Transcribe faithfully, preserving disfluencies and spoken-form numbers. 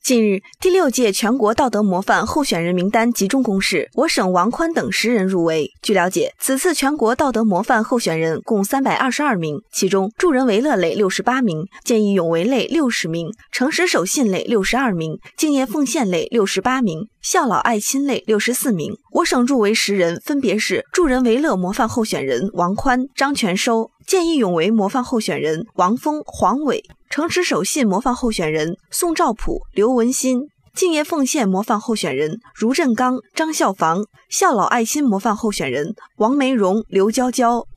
近日，第六届全国道德模范候选人名单集中公示，我省王宽等十人入围。据了解，此次全国道德模范候选人共三百二十二名，其中助人为乐类六十八名，见义勇为类六十名，诚实守信类六十二名，敬业奉献类六十八名，孝老爱亲类六十四名。我省入围十人分别是助人为乐模范候选人王宽、张全收，见义勇为模范候选人王峰、黄伟，诚实守信模范候选人宋兆普、刘文新，敬业奉献模范候选人茹振刚、张孝房，孝老爱心模范候选人王梅荣、刘娇娇。